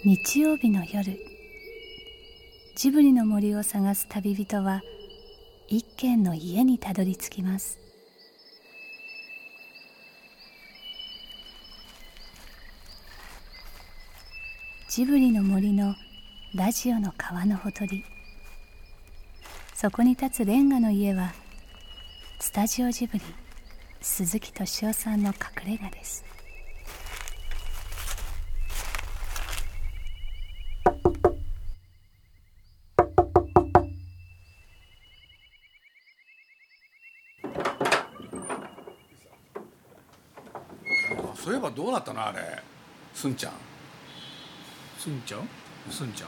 日曜日の夜、ジブリの森を探す旅人は一軒の家にたどり着きます。ジブリの森のラジオの川のほとり、そこに立つレンガの家はスタジオジブリ鈴木敏夫さんの隠れ家です。 そういえばどうなったのあれ、すんちゃん。 すんちゃん怪我した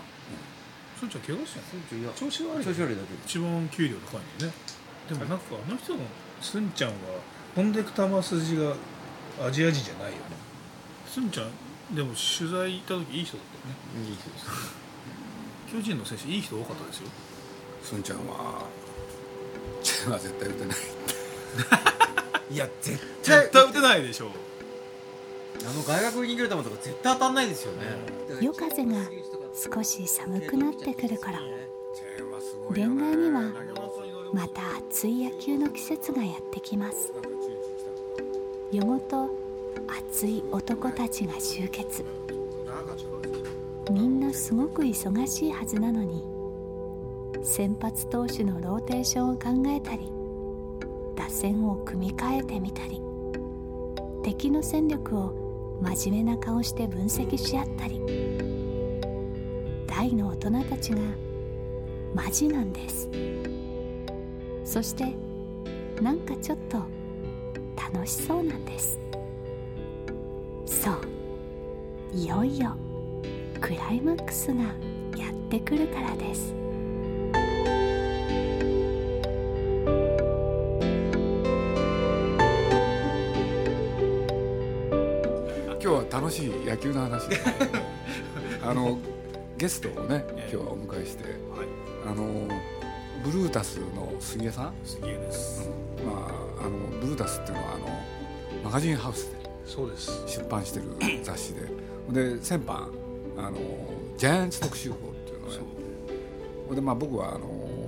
の？調子悪いだけ。一番給料高いんだよね。でもなんかあの人のすんちゃんは飛んでく球筋がアジア人じゃないよね。すんちゃんでも取材行った時いい人だったよね。いい人です。巨人の選手いい人多かったですよ。 すんちゃんはチェは絶対打てないいや絶対打てないでしょう。 外角に逃げる球とか絶対当たんないですよね。 夜風が少し寒くなってくる頃、恋愛にはまた熱い野球の季節がやってきます。夜ごと熱い男たちが集結。みんなすごく忙しいはずなのに、先発投手のローテーションを考えたり、打線を組み替えてみたり、敵の戦力を真面目な顔して分析し合ったり、大の大人たちがマジなんです。そしてなんかちょっと楽しそうなんです。そう、いよいよクライマックスがやってくるからです。 今日は楽しい野球の話でゲストをね、今日はお迎えして、ブルータスの杉江さん。 杉江です。 ブルータスっていうのはマガジンハウスでそうです出版してる雑誌で先般ジャイアンツ特集号っていうのをね、で僕は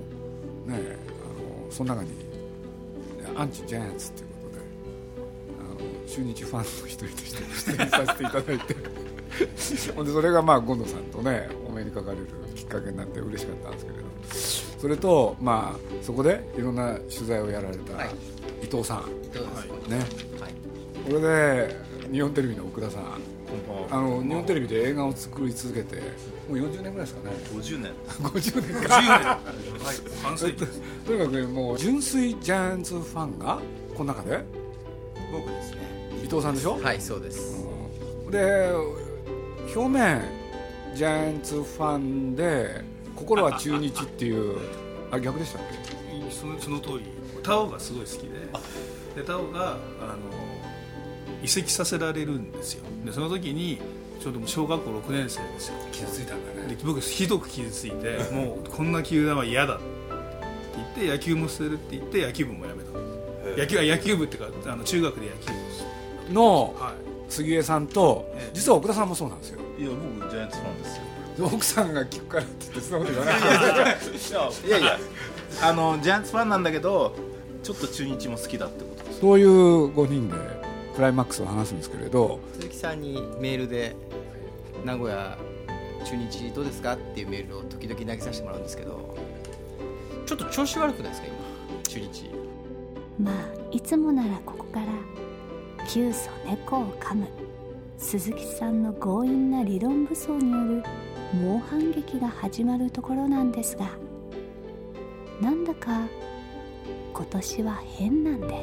その中にアンチジャイアンツっていうことで中日ファンの一人として出演させていただいてほんでそれが権藤さんとねお目にかかれるきっかけになって嬉しかったんですけれど、それとそこでいろんな取材をやられた伊藤さん、ね、これで日本テレビの奥田さん、日本テレビで映画を作り続けてもう40年ぐらいですかね。 50年 50年か半世紀とにかくもう純粋ジャイアンツファンがこの中で僕ですね。 伊藤さんでしょ。 はい、そうです。 で表面ジャイアンツファンで心は中日っていう逆でしたっけ。 その通り。タオがすごい好きでタオが移籍させられるんですよ。でその時にちょうど小学校6年生ですよ。 傷ついたんだね。 で僕ひどく傷ついてもうこんな球団は嫌だって言って野球も捨てるって言って野球部も辞めた。野球部っていうか中学で野球部の杉江さんと、実は奥田さんもそうなんですよ。 いや僕ジャイアンツファンですよ。 奥さんが聞くからって言ってそんなこと言わない。 いやジャイアンツファンなんだけどちょっと中日も好きだってことです。 そういう5人でクライマックスを話すんですけれど、 鈴木さんにメールで名古屋中日どうですかっていうメールを時々投げさせてもらうんですけど、ちょっと調子悪くないですか今中日。 いつもならここから窮鼠猫を噛む鈴木さんの強引な理論武装による猛反撃が始まるところなんですが、なんだか今年は変なんです。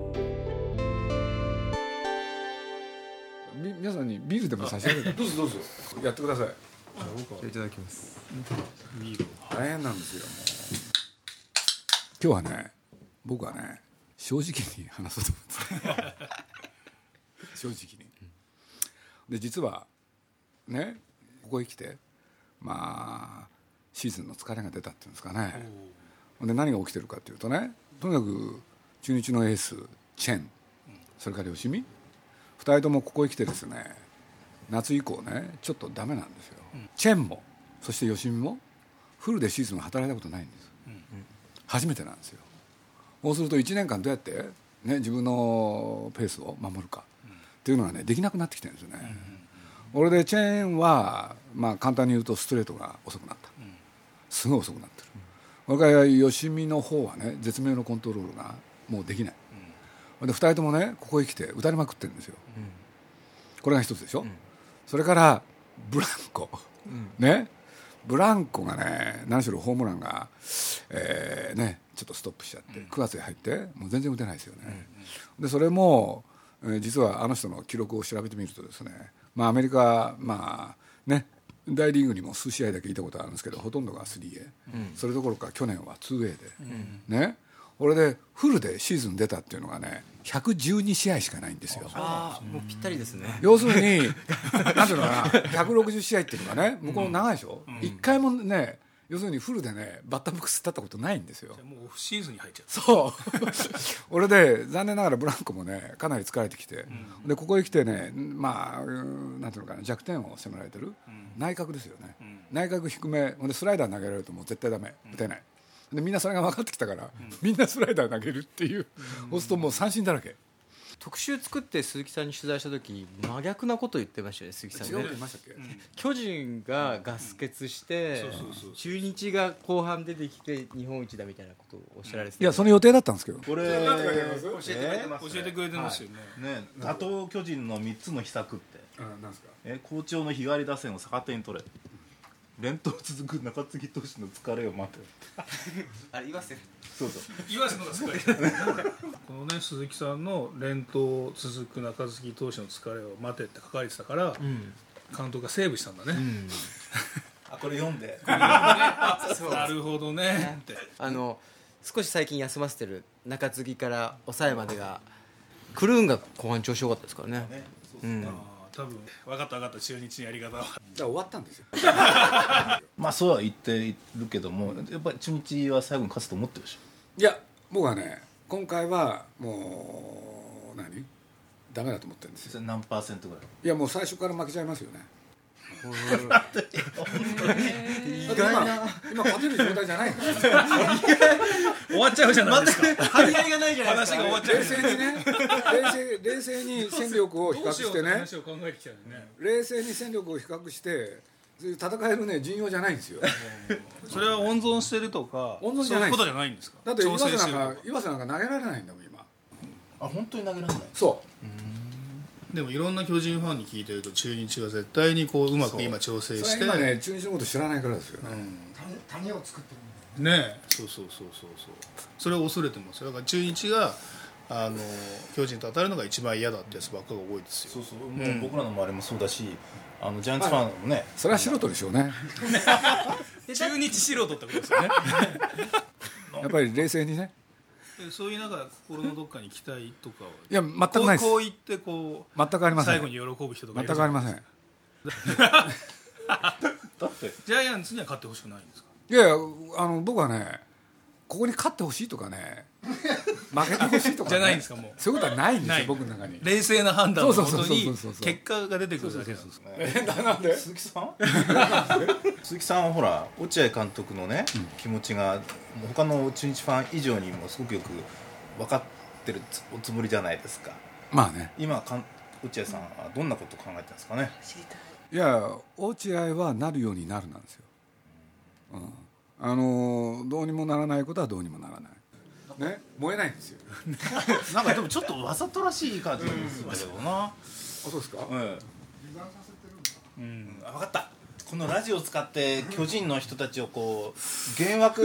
皆さんにビールでも差し上げてどうぞやってください。 いただきます。 ビール大変なんですよ。もう今日はね、僕はね正直に話そうと思って正直にで、実はねここへ来てシーズンの疲れが出たっていうんですかね。で何が起きてるかっていうとね、とにかく中日のエースチェン、それから吉見2人ともここへ来てですね、 夏以降ねちょっとダメなんですよ、チェンもそして吉見もフルでシーズン働いたことないんです、初めてなんですよ。そうすると1年間どうやって、ね、自分のペースを守るかっていうのがねできなくなってきてるんですよね、俺でチェーンは、まあ、簡単に言うとストレートが遅くなった、すごい遅くなってる。それから吉見の方はね絶妙なコントロールがもうできない、で2人ともねここへ来て打たれまくってるんですよ、これが一つでしょ、それからブランコ、ね、ブランコがね何しろホームランが、ね、ちょっとストップしちゃって9月に入ってもう全然打てないですよね、でそれも、実はあの人の記録を調べてみるとですね、まあ、アメリカ、まあね、大リーグにも数試合だけいたことあるんですけどほとんどが 3A、それどころか去年は 2A で、ね、これでフルでシーズン出たっていうのがね112試合しかないんですよ。 ああもうぴったりですね。 要するになんていうのかな160試合っていうのがね向こう長いでしょ、1回もね要するにフルでねバッターボックス立ったことないんですよ。 もうオフシーズンに入っちゃう。 そう俺で残念ながらブランコもねかなり疲れてきて、でここへ来てねまあなんていうのかな弱点を迫られてる、内角ですよね、内角低めでスライダー投げられるともう絶対ダメ打てない、でみんなそれが分かってきたから、みんなスライダー投げるっていう、そうするともう三振だらけ。 特集作って鈴木さんに取材した時真逆なこと言ってましたよね鈴木さんね。 違うと言いましたっけ、 巨人がガス欠して中日が後半出てきて日本一だみたいなことをおっしゃられてた、 いやその予定だったんですけど、 これ教えてくれてますよね。 ね、打倒巨人の3つの秘策って、 なんですか、 好調の日割り打線を逆手に取れ、連投続く中継ぎ投手の疲れを待てあれ言わせるそうそう岩瀬のがすごいこのね鈴木さんの連投続く中継ぎ投手の疲れを待てって書かれてたから、監督がセーブしたんだね、 あこれ読んでなるほどねって少し最近休ませてる中継ぎから抑えまでがクルーンが後半調子良かったですからね。 多分分かった中日のやり方はだから終わったんですよまあそうは言っているけどもやっぱり中日は最後に勝つと思ってるでしょ。 いや僕はね今回はもうダメだと思ってるんですよ。 何パーセントぐらい。 いやもう最初から負けちゃいますよね意外な今勝てる状態じゃないんですよ終わっちゃうじゃないですか。 張り合いがないじゃないですか。 話が終わっちゃう。 冷静にね冷静に戦力を比較してね話を考えてきたよね。 冷静に戦力を比較して戦えるね陣容じゃないんですよそれは温存してるとか温存じゃないそういうことじゃないんですか。 だって岩瀬調整してるなんか投げられないんだもん今。 あ本当に投げられない。 そうでもいろんな巨人ファンに聞いてると中日は絶対にこううまく今調整してそれ今ね中日のこと知らないからですよね、 谷を作ってるんだよねえそうそれを恐れてますよ。だから中日が巨人と当たるのが一番嫌だってやつばっかが多いですよ。 そうもう僕らの周りもそうだしジャイアンツファンもね、 それは素人でしょうね中日素人ってことですよねやっぱり冷静にね。 そういう中心のどっかに期待とかはいや全くないです。 こう言ってこう全くありません。 最後に喜ぶ人とかいる全くありません。 だってジャイアンツには勝ってほしくないんですか。 いやいや僕はねここに勝ってほしいとかね負けてほしいとか、ね、 じゃないんですか。もうそういうことはないんですないよ僕の中に。 冷静な判断のもとにそう結果が出てくるだけなんですね。 なんで鈴木さん鈴木さんはほら落合監督のね、気持ちが他の中日ファン以上にもすごくよく分かってるおつもりじゃないですか。 まあね。 今落合さんはどんなことを考えてるんですかね。 いや落合はなるようになるなんですよ、どうにもならないことはどうにもならないね、燃えないんですよなんかでもちょっとわざとらしい感じですけどな。 あそうですか、 分かった。このラジオを使って巨人の人たちをこう幻惑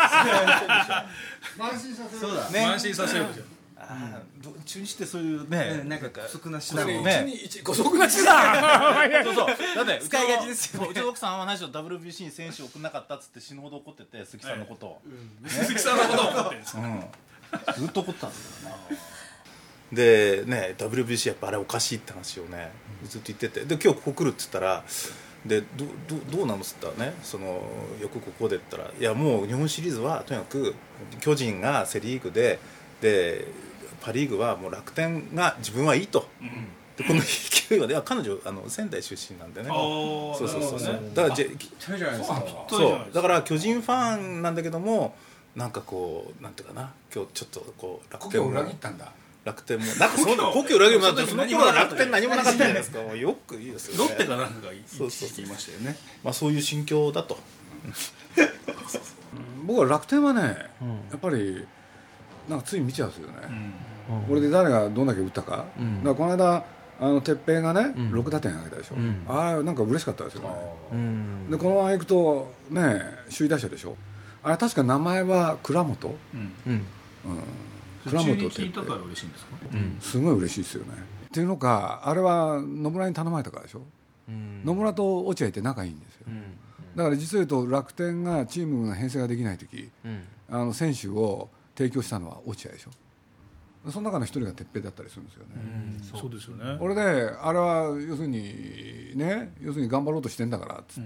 慢心させる。 そうだね。 慢心させるじゃん。 中日ってそういうね、 なんか不足な手な段をるね。 ご足なしだそうそう。だって使いがちですよねうちの奥さんは何しろ WBC に選手を送んなかったっつって死ぬほど怒ってて鈴木さんのことを。 鈴木さんのことを思ってるんですか。 ずっと怒ったんですよね。でね WBC やっぱあれおかしいって話をねずっと言ってて、で今日ここ来るって言ったら。でどうなのっつったらね、よくここで言ったらいやもう日本シリーズはとにかく巨人がセリーグでパリーグはもう楽天が自分はいいと、 でこの勢いはね、彼女仙台出身なんでね。そうだからじゃないですか。そうだから巨人ファンなんだけども、なんかこうなんていうかな、今日ちょっとこう楽天を裏切ったんだ。 楽天もなんかそんな故郷裏切りもなって、その頃は楽天何もなかったじゃないですか。もうよくいいですよね。 ロッテがなんか言いましたよね。 まあそういう心境だと。 僕は楽天はね、やっぱりなんかつい見ちゃうんですよね。これで誰がどんだけ打ったか。だからこの間哲平がね、6打点上げたでしょ。ああなんか嬉しかったですよね。でこのままいくとね、首位打者でしょ。あれ確か名前は倉本。倉本って聞いたから嬉しいんですか。 すごい嬉しいですよね。っていうのか、あれは野村に頼まれたからでしょ。野村と落合って仲いいんですよ。だから実を言うと楽天がチームが編成ができない時、選手を提供したのは落合でしょ。その中の一人が哲平だったりするんですよね。 そうですよね。 これであれは要するに頑張ろうとしてんだからっつって、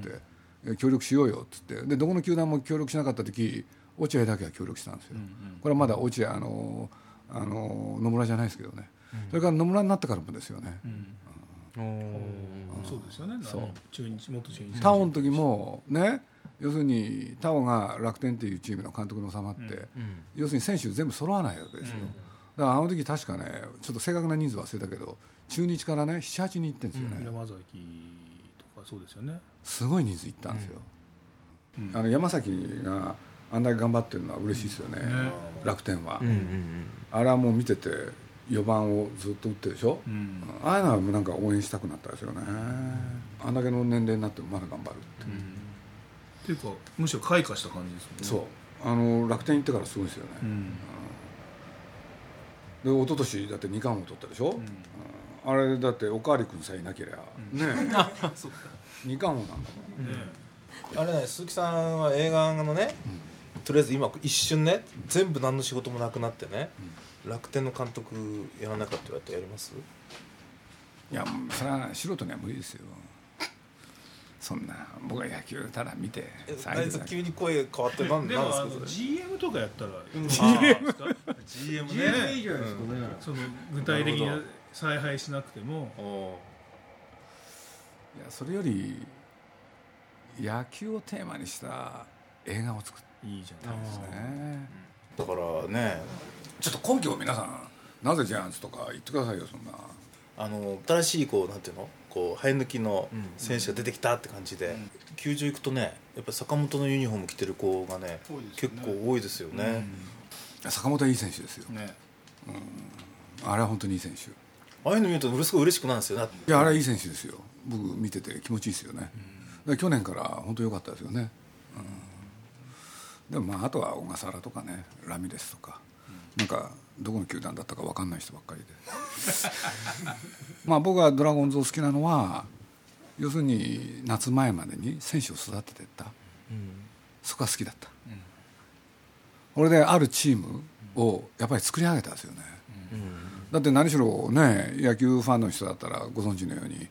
協力しようよっつって、でどこの球団も協力しなかった時、落合だけは協力したんですよ。これはまだ落合野村じゃないですけどね。それから野村になってからもですよね。 そうですよね。中日元中日タオの時もね、要するにタオが楽天っていうチームの監督の収まって、要するに選手全部揃わないわけですよ。だからあの時確かね、ちょっと正確な人数忘れたけど、中日からね 7,8 人行ってるんですよね。 山崎とかそうですよね。 すごい人数行ったんですよ。山崎があんだけ頑張ってるのは嬉しいですよね。楽天は、あれはもう見てて4番をずっと打ってるでしょ。ああいうのはなんか応援したくなったですよね。あんだけの年齢になってもまだ頑張るっていうか、むしろ開花した感じですもんね。 そう楽天行ってからすごいですよね。で一昨年だって2冠王取ったでしょ。あれだっておかわり君さえいなければね2冠王なんだもん。 あれね、鈴木さんは映画のね、とりあえず今一瞬ね、全部何の仕事もなくなってね、楽天の監督やらなかったらやってやります？ いやそれは素人には無理ですよ。そんな僕は野球ただ見て急に声変わって何ですかそれ。 GM とかやったら GM ね、 いいじゃないですかね。その具体的に采配しなくても。 いやそれより野球をテーマにした映画を作っていいじゃないですかね。 だからね、 ちょっと根拠を皆さんなぜジャイアンツとか言ってくださいよ。そんな新しいこうなんていうの、こう生え抜きの選手が出てきたって感じで、球場行くとね、やっぱり坂本のユニフォーム着てる子がね、結構多いですよね。 坂本はいい選手ですよね。あれは本当にいい選手。 ああいうの見るとすごい嬉しくなるんですよね。 いやあれはいい選手ですよ。僕見てて気持ちいいですよね。去年から本当良かったですよね。でもあとは小笠原とかね、ラミレスとか、なんかどこの球団だったか分かんない人ばっかりで僕はドラゴンズを好きなのは、要するに夏前までに選手を育てていった、そこが好きだった。これであるチームをやっぱり作り上げたんですよね。だって何しろね、野球ファンの人だったらご存知のように、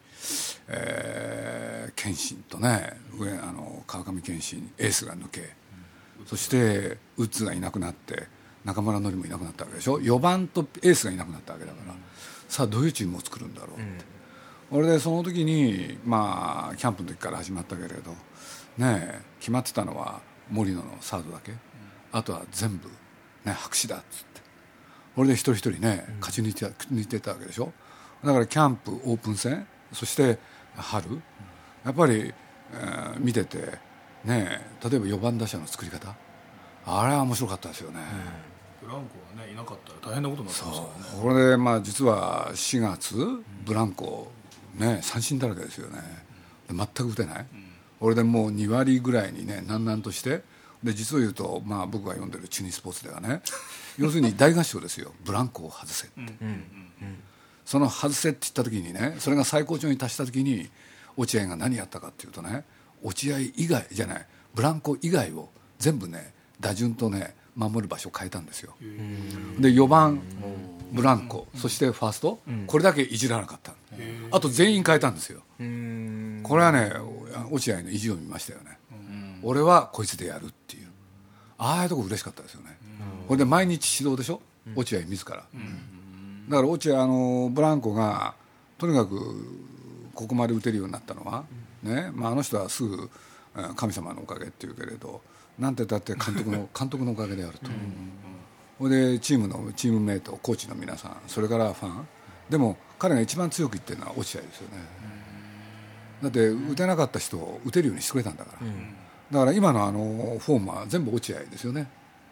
謙信とね、川上謙信エースが抜け、そしてウッズがいなくなって中村典もいなくなったわけでしょ。4番とエースがいなくなったわけだから、さあどういうチームを作るんだろうって、俺でその時にキャンプの時から始まったけれどね、決まってたのは森野のサードだけ、あとは全部ね白紙だっつって、俺で一人一人ね勝ち抜いてたわけでしょ。だからキャンプオープン戦、そして春、やっぱり、見ててね、例えば4番打者の作り方、あれは面白かったですよね。 ブランコがねいなかったら大変なことになってましたからね。 これで実は4月ブランコね三振だらけですよね。全く打てない、俺でもう2割ぐらいにね難々として、で実を言うと僕が読んでるチュニスポーツではね要するに大合唱ですよ。ブランコを外せ、その外せって言った時にね、それが最高潮に達した時に落合が何やったかっていうとね、落合以外じゃないブランコ以外を全部ね打順とね守る場所を変えたんですよ。で4番ブランコ、そしてファースト、これだけいじらなかった。あと全員変えたんですよ。これはね落合の意地を見ましたよね。俺はこいつでやるっていう、ああいうとこ嬉しかったですよね。これで毎日指導でしょ、落合自ら。だから落合ブランコがとにかくここまで打てるようになったのは、ね、あの人はすぐ神様のおかげっていうけれど、なんて言ったって監督のおかげであると。それでチームメイト、コーチの皆さん、それからファンでも彼が一番強く言ってるのは落合ですよね。だって打てなかった人を打てるようにしてくれたんだから、だから今のフォームは全部落合ですよね。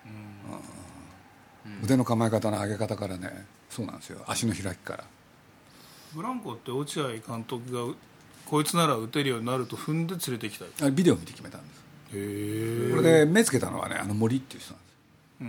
腕の構え方の上げ方からね、そうなんですよ、足の開きから。 ブランコって落合監督がこいつなら打てるようになると踏んで連れてきた。 ビデオ見て決めたんです。 へえ。 これで目つけたのはね、森っていう人なんです。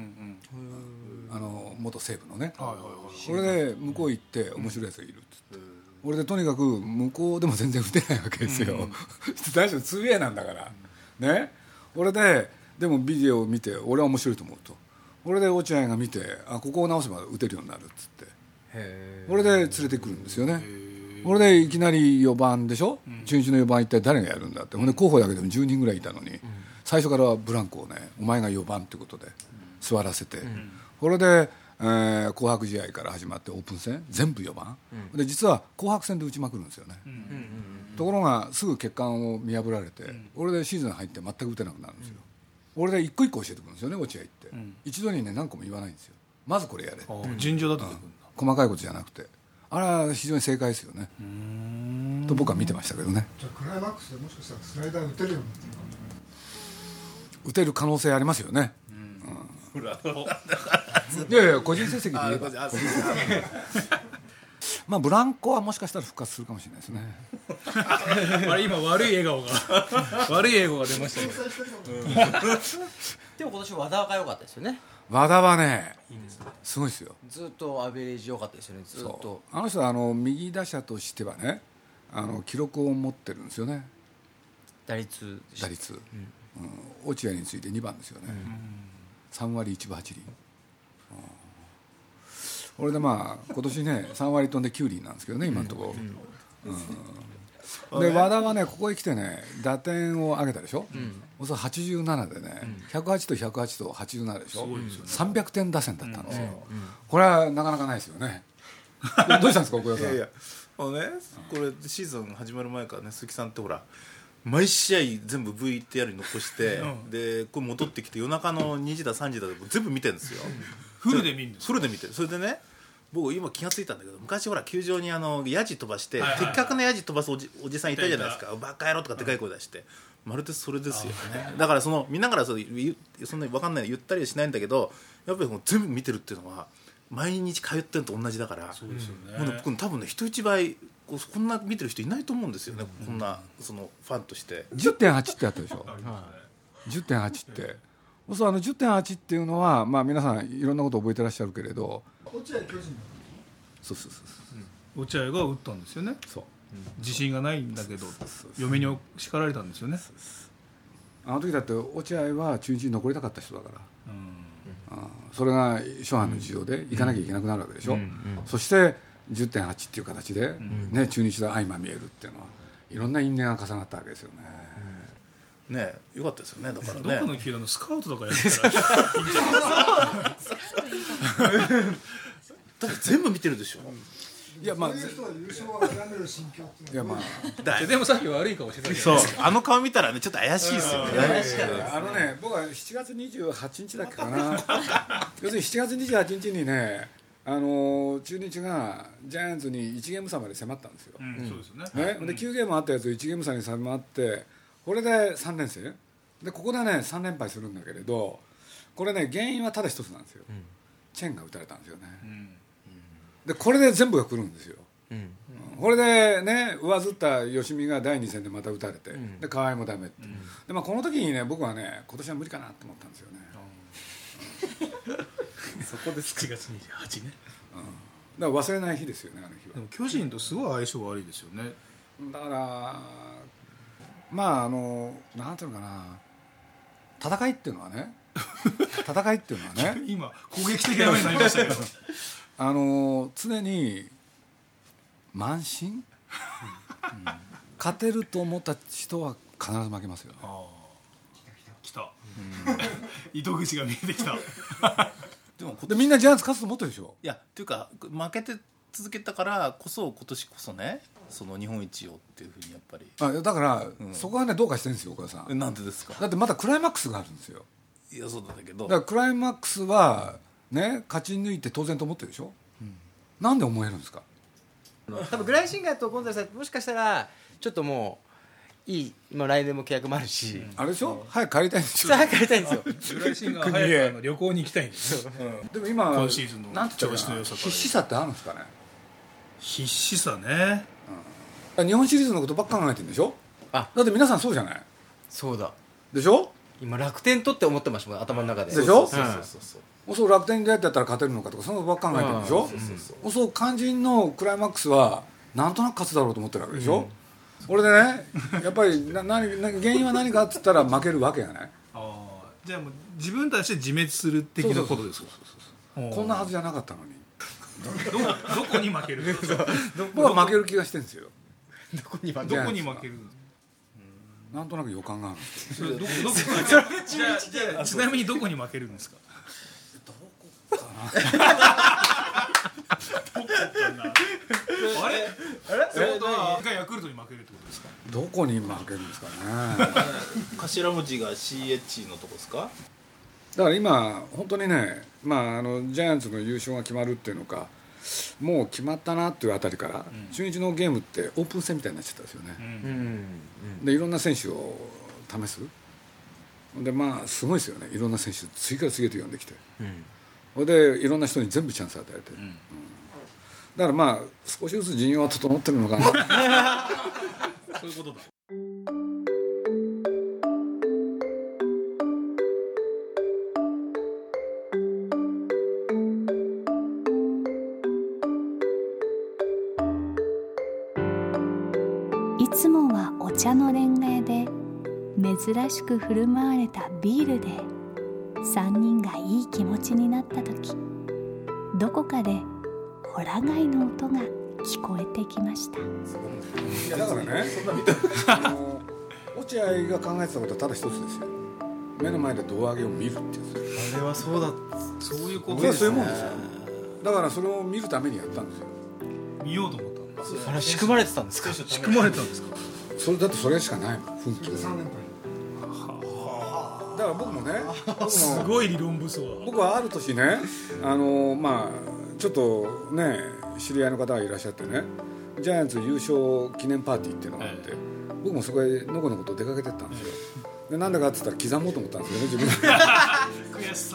元西武のね、これで向こう行って面白いやつがいるっつって、俺でとにかく向こうでも全然打てないわけですよ、大丈夫 2way なんだからね。俺でもビデオを見て俺は面白いと思うと、俺で落合が見て、ここを直せば打てるようになるっつって、俺で連れてくるんですよね。俺でいきなり4番でしょ、中日の4番一体誰がやるんだって、ほんで候補だけでも10人ぐらいいたのに、最初からブランコをね、お前が4番ってことで座らせて、これで、紅白試合から始まってオープン戦全部4番、で実は紅白戦で打ちまくるんですよね、ところがすぐ血管を見破られて、俺でシーズン入って全く打てなくなるんですよ、俺で一個一個教えてくるんですよね、落合って、一度にね何個も言わないんですよ。まずこれやれって順序だと、 細かいことじゃなくて、あれは非常に正解ですよねと僕は見てましたけどね。 じゃあクライマックスでもしかしたらスライダー打てるようになってるかも。 打てる可能性ありますよね。いやいや個人成績で言えばブランコはもしかしたら復活するかもしれないですね。 あれ今悪い笑顔が出ましたね。 でも今年和田が良かったですよね。 和田はね、すごいですよ。 ずっとアベレージ良かったですよね。ずっとあの人は右打者としてはね、記録を持ってるんですよね。 打率、 落合について2番ですよね、3割1分8厘、俺で今年ね3割飛んで9厘なんですけどね今のところ、で和田はねここへ来てね打点を上げたでしょ、それ87でね、108と108と87でしょ、300点打線だったんですよ、これはなかなかないですよね。どうしたんですか奥田さん。 いやこれシーズン始まる前からね、鈴木さんってほら毎試合全部 VTR に残して、でこれ戻ってきて夜中の2時だ3時だで全部見てるんですよ。 フルで見るんです。 フルで見てる。それでね、僕今気がついたんだけど、昔ほら球場にヤジ飛ばして、的確なヤジ飛ばすおじさんいたじゃないですか。バカ野郎とかでかい声出して、まるでそれですよね。だから見ながらそんなに分かんない言ったりはしないんだけど、やっぱり全部見てるっていうのは毎日通ってるのと同じだから、そうですよね。僕多分ね人一倍こんな見てる人いないと思うんですよね、こんなファンとして。 10.8 ってあったでしょ、10.8 って10.8 っていうのは、皆さんいろんなこと覚えてらっしゃるけれど、 落合巨人そう、 落合が打ったんですよね。 そう、 自信がないんだけど嫁に叱られたんですよね。 あの時だって落合は中日に残りたかった人だから、それが諸般の事情で行かなきゃいけなくなるわけでしょ、そして 10.8 っていう形で、中日と相まみえるっていうのはいろんな因縁が重なったわけですよね。 ね、よかったですよね。だからね、 どこの球団のスカウトとかやってたらだって全部見てるでしょ。 いやそういう人は優勝を諦める心境っていうのは、 でもさっき悪い顔してたけど、 そう顔見たらねちょっと怪しいですよね。 僕は7月28日だっけかな要するに7月28日にね、中日がジャイアンツに1ゲーム差まで迫ったんですよ、 そうですね。 で9ゲームあったやつを1ゲーム差に迫って、これで3連戦で、ここでね3連敗するんだけれど、これね原因はただ一つなんですよ、チェンが打たれたんですよね、でこれで全部が来るんですよ、これでね上ずった吉見が第2戦でまた打たれて、で河合もダメって、でこの時にね僕はね今年は無理かなと思ったんですよね、 そこで7月28ね、 だから忘れない日ですよね、あの日は。 でも巨人とすごい相性悪いですよね。 だからなんていうのかな、戦いっていうのはね今攻撃的な目になりましたけど常に慢心勝てると思った人は必ず負けますよね。 来た糸口が見えてきたでみんなジャイアンツ勝つと思ってるでしょ。 いやっていうか負けて続けたからこそ今年こそねその日本一をっていうふうにやっぱりだから、そこはねどうかしてるんですよ岡田さん。 なんでですか。 だってまだクライマックスがあるんですよ。 いやそうだけどだからクライマックスはね勝ち抜いて当然と思ってるでしょ、なんで思えるんですか。 多分グライシンガーとゴンザレスさんもしかしたらちょっともういい、来年も契約もあるし、 あれでしょ、早く帰りたいんでしょ。 早く帰りたいんですよ。 グライシンガー早く旅行に行きたいんですよ、 でも今今シーズンのなんて言ったらいいの調子の良さから必死さってあるんですかね。 必死さね。 日本シリーズのことばっか考えてるんでしょ。 あだって皆さんそうじゃないそうだ、 でしょ。 今楽天とって思ってましたもん頭の中で。 でしょ。 そうそう楽天でやってやったら勝てるのかとかそのことばっか考えてるんでしょ。そう肝心のクライマックスはなんとなく勝つだろうと思ってるわけでしょ、俺でねやっぱり原因は何かっつったら負けるわけがない。 じゃあもう自分たちで自滅する的なことですか。 こんなはずじゃなかったのにどこに負けるんですか。 僕は負ける気がしてるんですよ。 どこに負どこに負けるんですか。 なんとなく予感があるんですよ。 それどこじゃあちなみにどこに負けるんですか。あれそうだがヤクルトに負けるってことですか。 どこに負けるんですかね。 頭文字が CH のとこですか。 だから今本当にね、ジャイアンツの優勝が決まるっていうのかもう決まったなっていうあたりから、中日のゲームってオープン戦みたいになっちゃったんですよね、でいろんな選手を試すですごいですよね。いろんな選手次から次へと呼んできて、それでいろんな人に全部チャンスを与えて、だから少しずつ陣容は整ってるのかなそういうことだ。 いつもはお茶の恋愛で珍しく振る舞われたビールで3人がいい気持ちになった時、どこかでホラ貝の音が聞こえてきました。 いやだからね落合が考えてたことはただ一つですよ。目の前で胴上げを見るってやつ。 あれはそうだ、 そういうことそれはそういうもんですよ。だからそれを見るためにやったんですよ。 見ようと思ったんだ。 あれ仕組まれてたんですか。 仕組まれたんですか。 それだってそれしかないもん奮起。 3年間だから僕もねすごい理論武装だ。 僕はある年ねちょっとね知り合いの方がいらっしゃってね、ジャイアンツ優勝記念パーティーっていうのがあって、僕もそこへのこのこと出かけてったんですよ。でなんだかっつったら刻もうと思ったんですよね自分で悔しさ。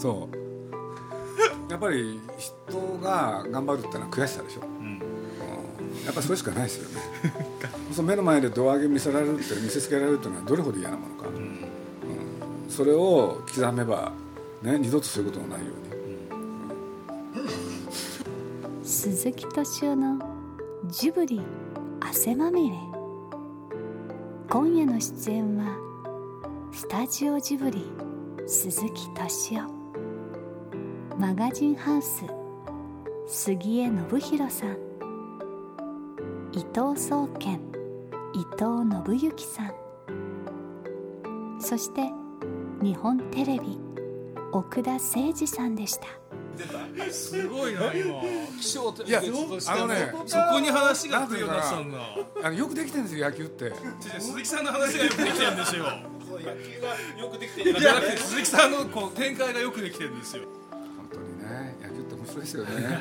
そうやっぱり人が頑張るってのは悔しさでしょ、やっぱそれしかないですよねその目の前で胴上げ見せられるって見せつけられるっていうのはどれほど嫌なものか、それを刻めば、ね、二度とそういうことのないように、 鈴木敏夫のジブリ汗まみれ。今夜の出演はスタジオジブリ鈴木敏夫、マガジンハウス杉江信弘さん、伊藤総研伊藤信之さん、そして日本テレビ奥田誠二さんでした。 すごいな今。気象転結としてもねそこに話が来るようになってたんだ。 よくできてるんですよ野球って。 鈴木さんの話がよくできてるんですよ。 野球がよくできてるじゃなくて鈴木さんのこう展開がよくできてるんですよ。 本当にね野球って面白いですよね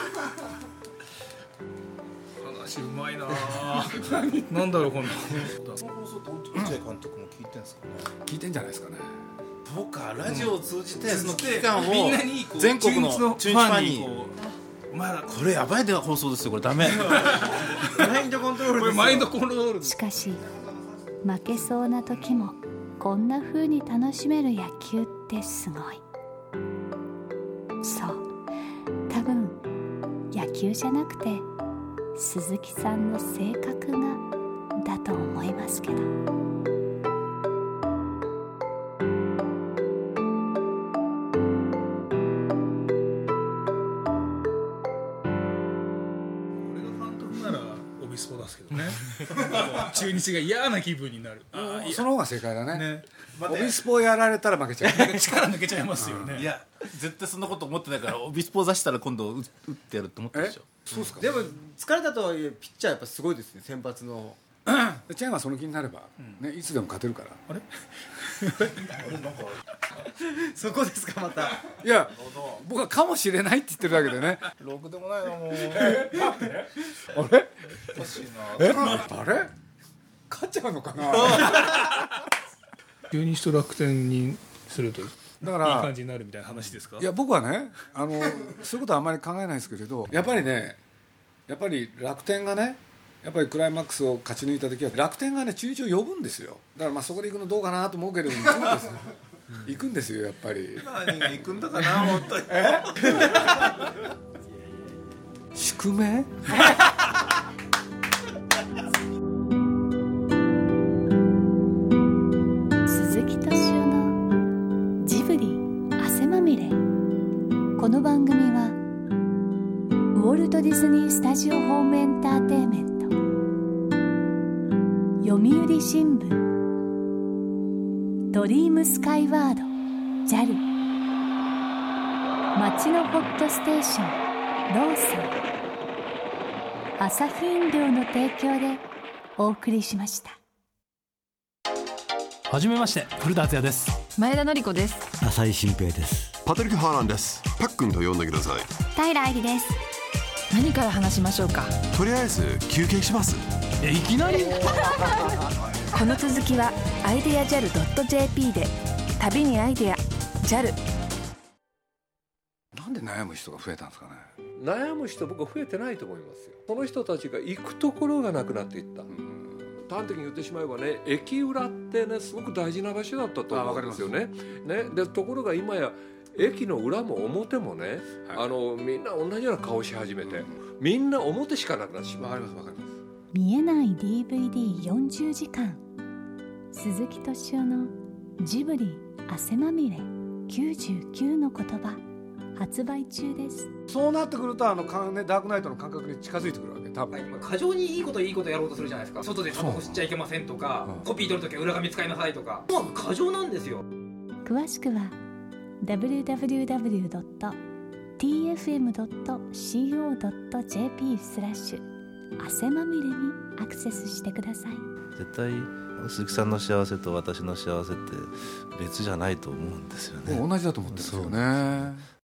話うまいななんだろうこんなその放送って落合監督も聞いてんですかね。 聞いてんじゃないですかね。 そうかラジオを通じてその危機感をみんなにこう全国の中日ファンにこうまだこれやばいで放送ですよこれダメマインドコントロールですよ。 これマインドコントロールしかし負けそうな時もこんな風に楽しめる野球ってすごい。そう多分野球じゃなくて鈴木さんの性格がだと思いますけど。 そうですけどね中日が嫌な気分になる。 その方が正解だね。 ねオビスポをやられたら負けちゃう力抜けちゃいますよね。 いや絶対そんなこと思ってないからオビスポを出したら今度打ってやるって思ってるでしょ。 そうですか。 でも疲れたとはいえピッチャーやっぱすごいですね、先発の。 チェンがその気になれば、ね、いつでも勝てるから。 あれそこですかまた。 いや僕はかもしれないって言ってるだけでね。 ろくでもないなもうあれおかしいな。 あれ勝っちゃうのかな。 中日と楽天にするとだからいい感じになるみたいな話ですか。 いや僕はねそういうことはあんまり考えないですけれど、やっぱり楽天がねやっぱりクライマックスを勝ち抜いた時は楽天がね中日を呼ぶんですよ。だからまあそこで行くのどうかなと思うけれども行くんですよやっぱり。 何が行くんだかな本当に。 宿命鈴木敏夫のジブリ汗まみれ。この番組はウォルト・ディズニー・スタジオ・ホーム・エンターテインメント、読売新聞、ドリームスカイワード JAL、 街のホットステーションローソン、アサヒ飲料の提供でお送りしました。 はじめまして、古田敦也です。 前田典子です。 浅井新平です。 パトリック・ハーランです。パックンと呼んでください。 平愛理です。 何から話しましょうか。 とりあえず休憩します。 いきなりこの続きはアイデア JAL.jp で。旅にアイデア JAL。 なんで悩む人が増えたんですかね。 悩む人僕は増えてないと思いますよ。その人たちが行くところがなくなっていった、端的に言ってしまえばね、駅裏ってねすごく大事な場所だったと思うんですよね。でところが今や駅の裏も表もね、みんな同じような顔し始めて、みんな表しかなくなってしまう。わかりますわかります。 見えない DVD40 時間、鈴木敏夫のジブリ汗まみれ99の言葉、発売中です。 そうなってくるとダークナイトの感覚に近づいてくるわけ多分。 過剰にいいことやろうとするじゃないですか。外でタバコ吸っちゃいけませんとか、コピー取るときは裏紙使いなさいとか、過剰なんですよ。 詳しくは www.tfm.co.jp 汗まみれにアクセスしてください。 絶対鈴木さんの幸せと私の幸せって別じゃないと思うんですよね。 同じだと思ってるんですよね。